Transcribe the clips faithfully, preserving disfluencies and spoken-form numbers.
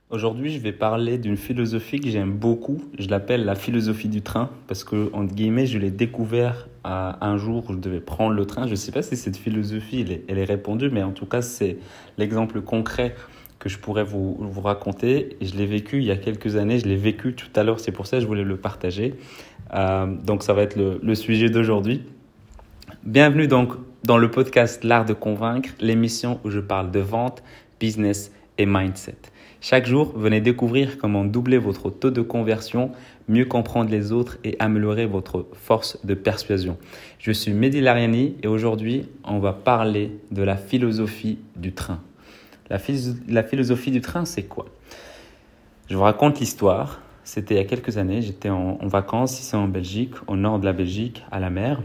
Aujourd'hui, je vais parler d'une philosophie que j'aime beaucoup. Je l'appelle la philosophie du train parce que, entre guillemets, je l'ai découvert à un jour où je devais prendre le train. Je ne sais pas si cette philosophie, elle est, elle est répandue, mais en tout cas, c'est l'exemple concret que je pourrais vous, vous raconter. Et je l'ai vécu il y a quelques années. Je l'ai vécu tout à l'heure. C'est pour ça que je voulais le partager. Euh, donc, ça va être le, le sujet d'aujourd'hui. Bienvenue donc dans le podcast L'Art de Convaincre, l'émission où je parle de vente, business et mindset. Chaque jour, venez découvrir comment doubler votre taux de conversion, mieux comprendre les autres et améliorer votre force de persuasion. Je suis Mehdi Lariani et aujourd'hui, on va parler de la philosophie du train. La, phys- la philosophie du train, c'est quoi? Je vous raconte l'histoire. C'était il y a quelques années, j'étais en, en vacances ici en Belgique, au nord de la Belgique, à la mer.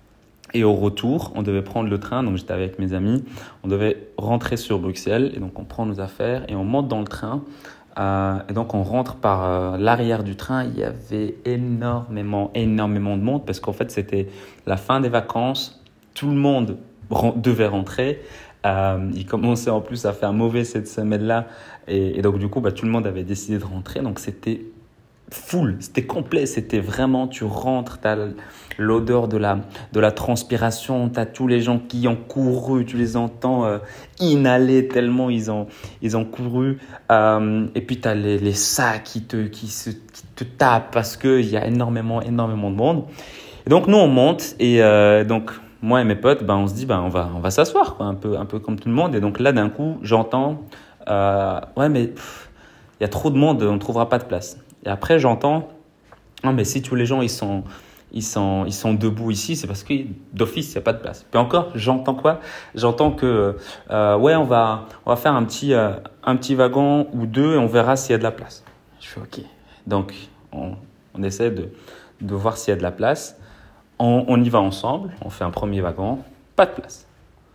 Et au retour, on devait prendre le train, donc j'étais avec mes amis, on devait rentrer sur Bruxelles, et donc on prend nos affaires et on monte dans le train. Euh, et donc on rentre par euh, l'arrière du train, il y avait énormément, énormément de monde, parce qu'en fait c'était la fin des vacances, tout le monde ren- devait rentrer. Euh, il commençait en plus à faire mauvais cette semaine-là, et, et donc du coup bah, tout le monde avait décidé de rentrer, donc c'était full, c'était complet, c'était vraiment, tu rentres, tu as l'odeur de la, de la transpiration, tu as tous les gens qui ont couru, tu les entends euh, inhaler tellement ils ont, ils ont couru, euh, et puis tu as les, les sacs qui te, qui, se, qui te tapent parce qu'il y a énormément, énormément de monde. Et donc nous on monte, et euh, donc moi et mes potes, ben, on se dit ben, on va, on va s'asseoir, quoi, un, peu, un peu comme tout le monde, et donc là d'un coup j'entends, euh, ouais mais il y a trop de monde, on ne trouvera pas de place. Et après, j'entends, non, mais si tous les gens ils sont, ils sont, ils sont debout ici, c'est parce que d'office, il n'y a pas de place. Puis encore, j'entends quoi? J'entends que, euh, ouais, on va, on va faire un petit, euh, un petit wagon ou deux et on verra s'il y a de la place. Je fais OK. Donc, on, on essaie de, de voir s'il y a de la place. On, on y va ensemble, on fait un premier wagon, pas de place.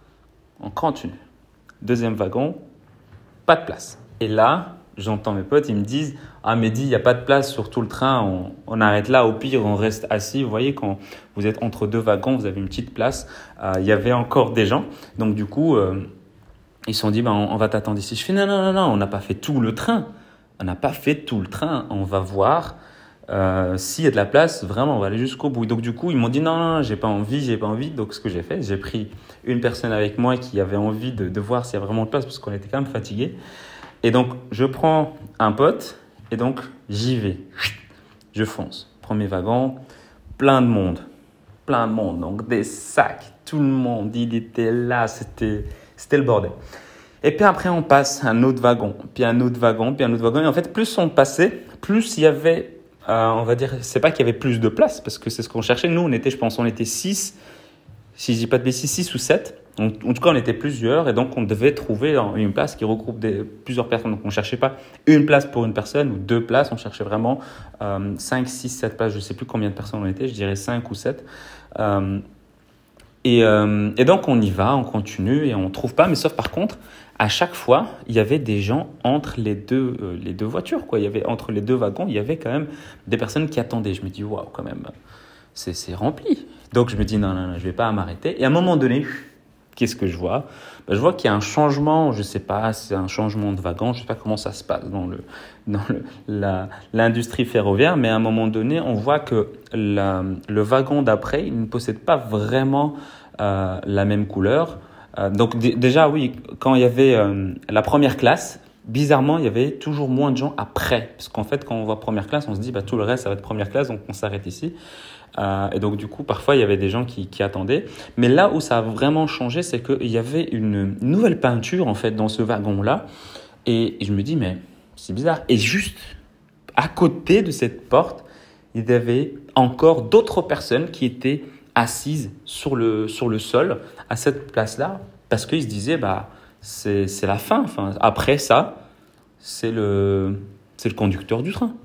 On continue. Deuxième wagon, pas de place. Et là, j'entends mes potes, ils me disent « Ah Mehdi, il n'y a pas de place sur tout le train, on, on arrête là, au pire, on reste assis. » Vous voyez, quand vous êtes entre deux wagons, vous avez une petite place. Euh, il y avait encore des gens. Donc du coup, euh, ils se sont dit bah, « on, on va t'attendre ici. » Je fais « Non, non, non, non, on n'a pas fait tout le train. On n'a pas fait tout le train. On va voir euh, s'il y a de la place. Vraiment, on va aller jusqu'au bout. » Donc du coup, ils m'ont dit « Non, non, non, j'ai pas envie, j'ai pas envie. » Donc ce que j'ai fait, j'ai pris une personne avec moi qui avait envie de, de voir s'il y a vraiment de place parce qu'on était quand même fatigués. Et donc, je prends un pote et donc j'y vais. Je fonce. Premier wagon, plein de monde. Plein de monde. Donc, des sacs. Tout le monde, il était là. C'était, c'était le bordel. Et puis après, on passe un autre wagon. Puis un autre wagon. Puis un autre wagon. Et en fait, plus on passait, plus il y avait, euh, on va dire, c'est pas qu'il y avait plus de place parce que c'est ce qu'on cherchait. Nous, on était, je pense, on était six. Si je dis pas de bêtises, six ou sept. En, en tout cas, on était plusieurs et donc on devait trouver une place qui regroupe des, plusieurs personnes. Donc on ne cherchait pas une place pour une personne ou deux places, on cherchait vraiment euh, cinq, six, sept places. Je ne sais plus combien de personnes on était, je dirais cinq ou sept. Euh, et, euh, et donc on y va, on continue et on ne trouve pas. Mais sauf par contre, à chaque fois, il y avait des gens entre les deux, euh, les deux voitures, quoi. Il y avait, entre les deux wagons, il y avait quand même des personnes qui attendaient. Je me dis, waouh, quand même, c'est, c'est rempli. Donc je me dis, non, non, non, je ne vais pas m'arrêter. Et à un moment donné, qu'est-ce que je vois? Ben, je vois qu'il y a un changement, je ne sais pas, c'est un changement de wagon, je ne sais pas comment ça se passe dans, le, dans le, la, l'industrie ferroviaire, mais à un moment donné, on voit que la, le wagon d'après, il ne possède pas vraiment euh, la même couleur. Euh, donc d- déjà, oui, quand il y avait euh, la première classe, bizarrement, il y avait toujours moins de gens après. Parce qu'en fait, quand on voit première classe, on se dit, bah, tout le reste, ça va être première classe, donc on s'arrête ici. Euh, et donc, du coup, parfois, il y avait des gens qui, qui attendaient. Mais là où ça a vraiment changé, c'est qu'il y avait une nouvelle peinture, en fait, dans ce wagon-là. Et, et je me dis, mais c'est bizarre. Et juste à côté de cette porte, il y avait encore d'autres personnes qui étaient assises sur le, sur le sol à cette place-là parce qu'ils se disaient, bah, c'est, c'est la fin. Enfin, après ça, c'est le, c'est le conducteur du train.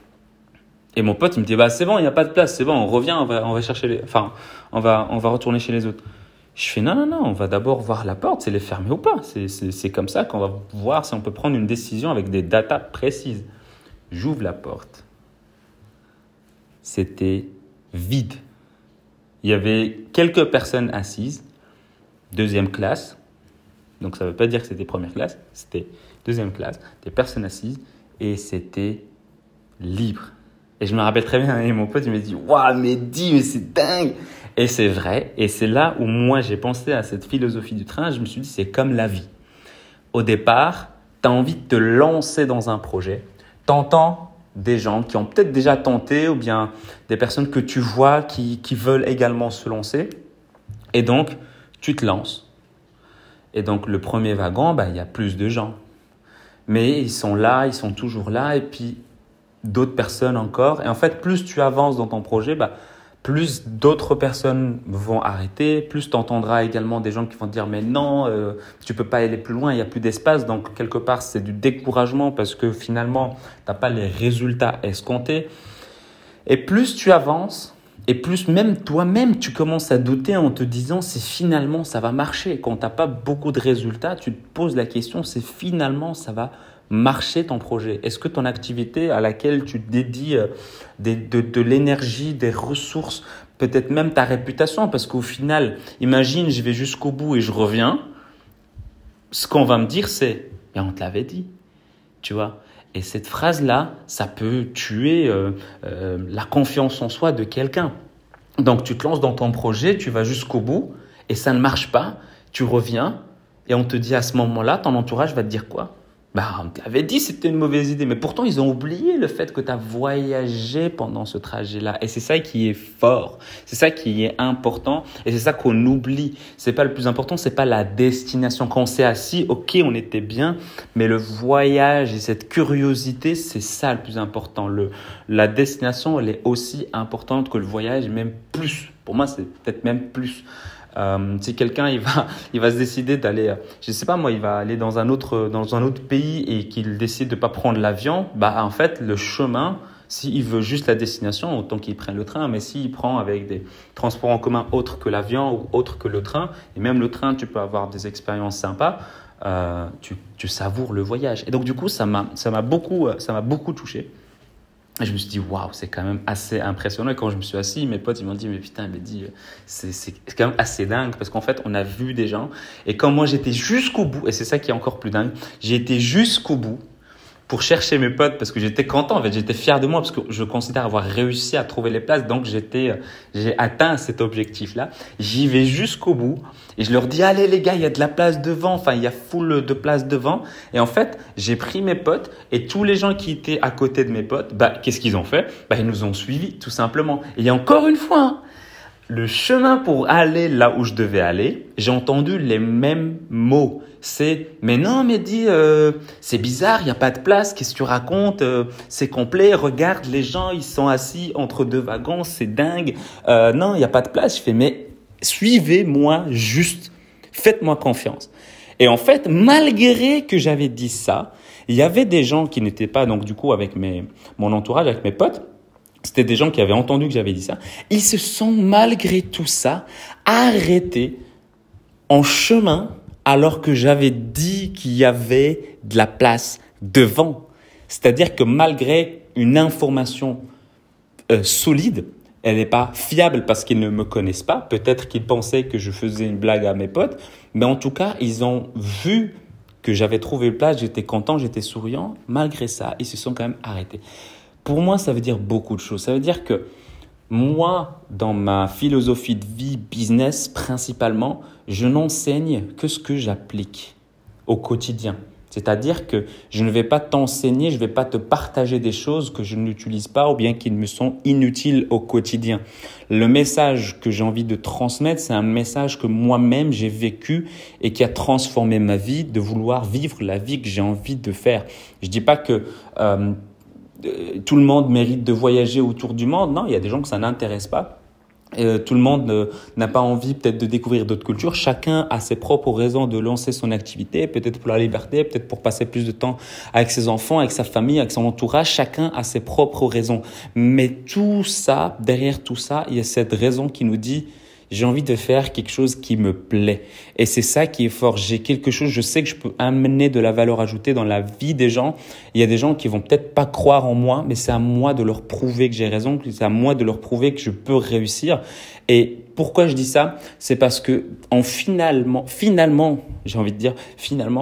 Et mon pote, il me dit, bah, c'est bon, il n'y a pas de place, c'est bon, on revient, on va, on va chercher les, enfin, on va, on va retourner chez les autres. Je fais, non, non, non, on va d'abord voir la porte, c'est les fermer ou pas. C'est, c'est, c'est comme ça qu'on va voir si on peut prendre une décision avec des datas précises. J'ouvre la porte. C'était vide. Il y avait quelques personnes assises, deuxième classe. Donc, ça ne veut pas dire que c'était première classe. C'était deuxième classe, des personnes assises et c'était libre. Et je me rappelle très bien, et mon pote il m'a dit « Waouh, mais dis, mais c'est dingue !» Et c'est vrai, et c'est là où moi j'ai pensé à cette philosophie du train. Je me suis dit, c'est comme la vie. Au départ, tu as envie de te lancer dans un projet. Tu entends des gens qui ont peut-être déjà tenté ou bien des personnes que tu vois qui, qui veulent également se lancer. Et donc, tu te lances. Et donc, le premier wagon, bah, il y a plus de gens. Mais ils sont là, ils sont toujours là. Et puis, d'autres personnes encore. Et en fait, plus tu avances dans ton projet, bah, plus d'autres personnes vont arrêter, plus tu entendras également des gens qui vont te dire « mais non, euh, tu ne peux pas aller plus loin, il n'y a plus d'espace ». Donc, quelque part, c'est du découragement parce que finalement, tu n'as pas les résultats escomptés. Et plus tu avances, et plus même toi-même, tu commences à douter en te disant « c'est finalement, ça va marcher ». Quand tu n'as pas beaucoup de résultats, tu te poses la question « c'est finalement, ça va marcher ton projet ». Est-ce que ton activité à laquelle tu dédies euh, des, de, de l'énergie, des ressources, peut-être même ta réputation, parce qu'au final, imagine, je vais jusqu'au bout et je reviens, ce qu'on va me dire c'est « on te l'avait dit », tu vois. Et cette phrase-là, ça peut tuer euh, euh, la confiance en soi de quelqu'un. Donc, tu te lances dans ton projet, tu vas jusqu'au bout et ça ne marche pas. Tu reviens et on te dit à ce moment-là, ton entourage va te dire quoi ? Bah, on t'avait dit que c'était une mauvaise idée. Mais pourtant, ils ont oublié le fait que tu as voyagé pendant ce trajet-là. Et c'est ça qui est fort. C'est ça qui est important. Et c'est ça qu'on oublie. C'est pas le plus important. C'est pas la destination. Quand on s'est assis, ok, on était bien. Mais le voyage et cette curiosité, c'est ça le plus important. Le, la destination, elle est aussi importante que le voyage, même plus. Pour moi, c'est peut-être même plus. Euh, si quelqu'un il va, il va se décider d'aller, je sais pas moi, il va aller dans un autre, dans un autre pays et qu'il décide de pas prendre l'avion, bah en fait le chemin, s'il veut juste la destination, autant qu'il prenne le train. Mais s'il prend avec des transports en commun autres que l'avion ou autres que le train, et même le train, tu peux avoir des expériences sympas. Euh, tu, tu savoures le voyage. Et donc du coup, ça m'a, ça m'a beaucoup, ça m'a beaucoup touché. Et je me suis dit, waouh, c'est quand même assez impressionnant. Et quand je me suis assis, mes potes, ils m'ont dit, mais putain, mais dit, c'est, c'est quand même assez dingue parce qu'en fait, on a vu des gens. Et quand moi, j'étais jusqu'au bout, et c'est ça qui est encore plus dingue, j'ai été jusqu'au bout pour chercher mes potes parce que j'étais content. En fait, j'étais fier de moi parce que je considère avoir réussi à trouver les places. Donc, j'étais, j'ai atteint cet objectif-là. J'y vais jusqu'au bout et je leur dis, allez les gars, il y a de la place devant. Enfin, il y a full de place devant. Et en fait, j'ai pris mes potes et tous les gens qui étaient à côté de mes potes, bah, qu'est-ce qu'ils ont fait? Bah, ils nous ont suivis, tout simplement. Et il y a encore une fois, hein, le chemin pour aller là où je devais aller, j'ai entendu les mêmes mots. C'est « mais non, mais dis, euh, c'est bizarre, il n'y a pas de place, qu'est-ce que tu racontes, euh, c'est complet, regarde, les gens, ils sont assis entre deux wagons, c'est dingue, euh, non, il n'y a pas de place. » Je fais « mais suivez-moi juste, faites-moi confiance. » Et en fait, malgré que j'avais dit ça, il y avait des gens qui n'étaient pas, donc du coup, avec mes, mon entourage, avec mes potes, c'était des gens qui avaient entendu que j'avais dit ça. Ils se sont malgré tout ça arrêtés en chemin alors que j'avais dit qu'il y avait de la place devant. C'est-à-dire que malgré une information euh, solide, elle n'est pas fiable parce qu'ils ne me connaissent pas. Peut-être qu'ils pensaient que je faisais une blague à mes potes. Mais en tout cas, ils ont vu que j'avais trouvé une place, j'étais content, j'étais souriant. Malgré ça, ils se sont quand même arrêtés. Pour moi, ça veut dire beaucoup de choses. Ça veut dire que moi, dans ma philosophie de vie, business principalement, je n'enseigne que ce que j'applique au quotidien. C'est-à-dire que je ne vais pas t'enseigner, je ne vais pas te partager des choses que je n'utilise pas ou bien qui me sont inutiles au quotidien. Le message que j'ai envie de transmettre, c'est un message que moi-même j'ai vécu et qui a transformé ma vie, de vouloir vivre la vie que j'ai envie de faire. Je ne dis pas que euh, tout le monde mérite de voyager autour du monde. Non, il y a des gens que ça n'intéresse pas. Euh, tout le monde euh, n'a pas envie peut-être de découvrir d'autres cultures. Chacun a ses propres raisons de lancer son activité, peut-être pour la liberté, peut-être pour passer plus de temps avec ses enfants, avec sa famille, avec son entourage. Chacun a ses propres raisons. Mais tout ça, derrière tout ça, il y a cette raison qui nous dit « j'ai envie de faire quelque chose qui me plaît ». Et c'est ça qui est fort. J'ai quelque chose, je sais que je peux amener de la valeur ajoutée dans la vie des gens. Il y a des gens qui vont peut-être pas croire en moi, mais c'est à moi de leur prouver que j'ai raison, c'est à moi de leur prouver que je peux réussir. Et pourquoi je dis ça? C'est parce que en finalement, finalement, j'ai envie de dire, finalement,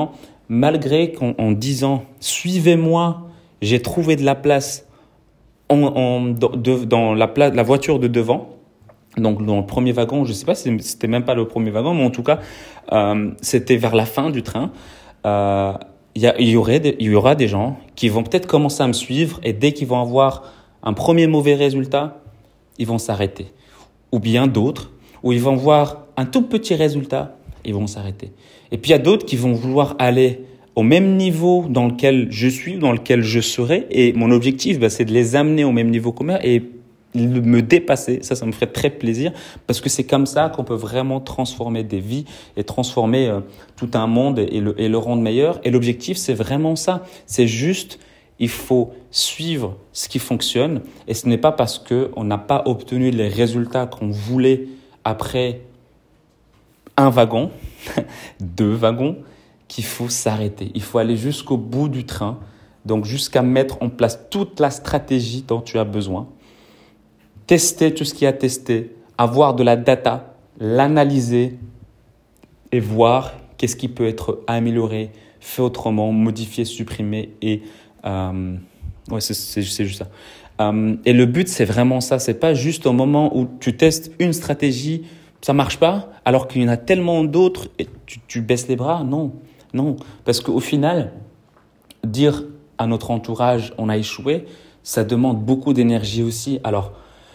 malgré qu'en en disant « suivez-moi, j'ai trouvé de la place en, en, de, dans la, pla- la voiture de devant », donc dans le premier wagon, je ne sais pas si c'était même pas le premier wagon, mais en tout cas, euh, c'était vers la fin du train. Euh, il y, y, aurait des, il y aura des gens qui vont peut-être commencer à me suivre et dès qu'ils vont avoir un premier mauvais résultat, ils vont s'arrêter. Ou bien d'autres, où ils vont voir un tout petit résultat, ils vont s'arrêter. Et puis il y a d'autres qui vont vouloir aller au même niveau dans lequel je suis, dans lequel je serai. Et mon objectif, bah, c'est de les amener au même niveau que moi et me dépasser. Ça, ça me ferait très plaisir parce que c'est comme ça qu'on peut vraiment transformer des vies et transformer euh, tout un monde et le, et le rendre meilleur. Et l'objectif, c'est vraiment ça. C'est juste, il faut suivre ce qui fonctionne et ce n'est pas parce qu'on n'a pas obtenu les résultats qu'on voulait après un wagon, deux wagons, qu'il faut s'arrêter. Il faut aller jusqu'au bout du train, donc jusqu'à mettre en place toute la stratégie dont tu as besoin. Tester tout ce qu'il y a à tester, avoir de la data, l'analyser et voir qu'est-ce qui peut être amélioré, fait autrement, modifié, supprimé. Et euh, ouais, c'est, c'est, c'est juste ça. Euh, et le but, c'est vraiment ça. C'est pas juste au moment où tu testes une stratégie, ça marche pas, alors qu'il y en a tellement d'autres et tu, tu baisses les bras. Non, non. Parce qu'au final, dire à notre entourage on a échoué, ça demande beaucoup d'énergie aussi. Alors,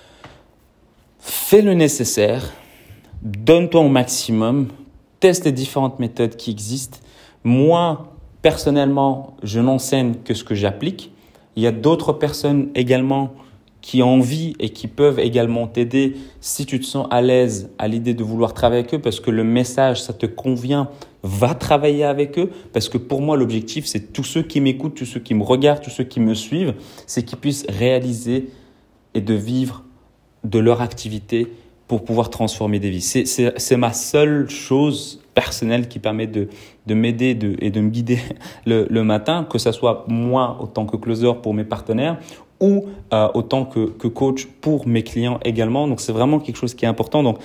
fais le nécessaire, donne-toi au maximum, teste les différentes méthodes qui existent. Moi, personnellement, je n'enseigne que ce que j'applique. Il y a d'autres personnes également qui ont envie et qui peuvent également t'aider si tu te sens à l'aise à l'idée de vouloir travailler avec eux parce que le message, ça te convient, va travailler avec eux. Parce que pour moi, l'objectif, c'est tous ceux qui m'écoutent, tous ceux qui me regardent, tous ceux qui me suivent, c'est qu'ils puissent réaliser et de vivre de leur activité pour pouvoir transformer des vies. C'est, c'est, c'est ma seule chose personnelle qui permet de, de m'aider de, et de me guider le, le matin, que ce soit moi autant que closer pour mes partenaires ou euh, autant que, que coach pour mes clients également. Donc, c'est vraiment quelque chose qui est important. Donc,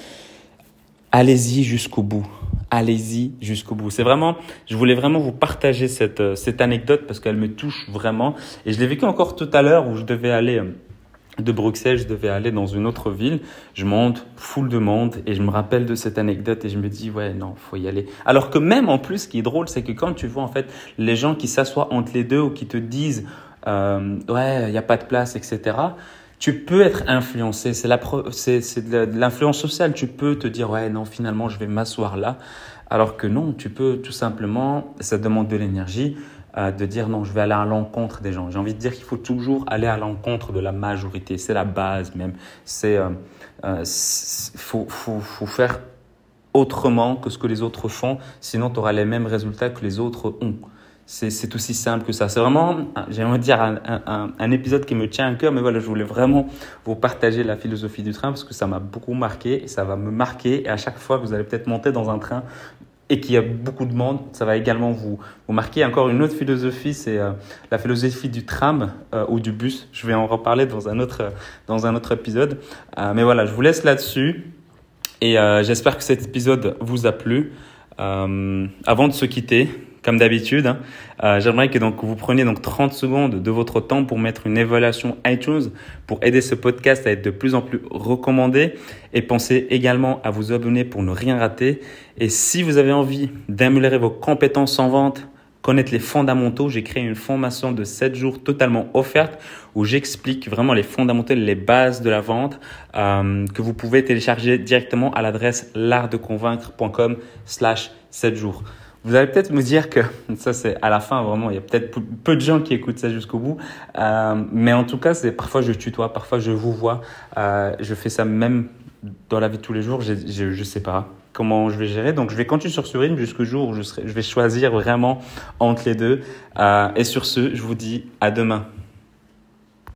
allez-y jusqu'au bout. Allez-y jusqu'au bout. C'est vraiment, je voulais vraiment vous partager cette, cette anecdote parce qu'elle me touche vraiment. Et je l'ai vécu encore tout à l'heure où je devais aller de Bruxelles, je devais aller dans une autre ville. Je monte, foule de monde et je me rappelle de cette anecdote et je me dis ouais non, faut y aller. Alors que même en plus, ce qui est drôle, c'est que quand tu vois en fait les gens qui s'assoient entre les deux ou qui te disent euh, ouais, il y a pas de place, et cetera. Tu peux être influencé. C'est la, c'est, c'est de l'influence sociale. Tu peux te dire ouais non, finalement je vais m'asseoir là. Alors que non, tu peux tout simplement, ça demande de l'énergie. Euh, de dire non, je vais aller à l'encontre des gens. J'ai envie de dire qu'il faut toujours aller à l'encontre de la majorité. C'est la base même. C'est, euh, euh, c'est, faut, faut, faut faire autrement que ce que les autres font. Sinon, tu auras les mêmes résultats que les autres ont. C'est, c'est aussi simple que ça. C'est vraiment, j'ai envie de dire, un, un, un épisode qui me tient à cœur. Mais voilà, je voulais vraiment vous partager la philosophie du train parce que ça m'a beaucoup marqué et ça va me marquer. Et à chaque fois que vous allez peut-être monter dans un train et qu'il y a beaucoup de monde, ça va également vous, vous marquer. Encore une autre philosophie, c'est euh, la philosophie du tram euh, ou du bus. Je vais en reparler dans un autre, dans un autre épisode. Euh, mais voilà, je vous laisse là-dessus et euh, j'espère que cet épisode vous a plu. Euh, avant de se quitter, comme d'habitude, hein, euh, j'aimerais que donc vous preniez donc trente secondes de votre temps pour mettre une évaluation iTunes pour aider ce podcast à être de plus en plus recommandé et pensez également à vous abonner pour ne rien rater. Et si vous avez envie d'améliorer vos compétences en vente, connaître les fondamentaux, j'ai créé une formation de sept jours totalement offerte où j'explique vraiment les fondamentaux, les bases de la vente euh, que vous pouvez télécharger directement à l'adresse l'artdeconvaincre.com slash sept jours. Vous allez peut-être me dire que ça c'est à la fin vraiment, il y a peut-être peu de gens qui écoutent ça jusqu'au bout, euh, mais en tout cas c'est parfois je tutoie, parfois je vous vois, euh, je fais ça même dans la vie de tous les jours, je, je, je sais pas comment je vais gérer, donc je vais continuer sur ce rythme jusqu'au jour où je serai, je vais choisir vraiment entre les deux. Euh, et sur ce, je vous dis à demain.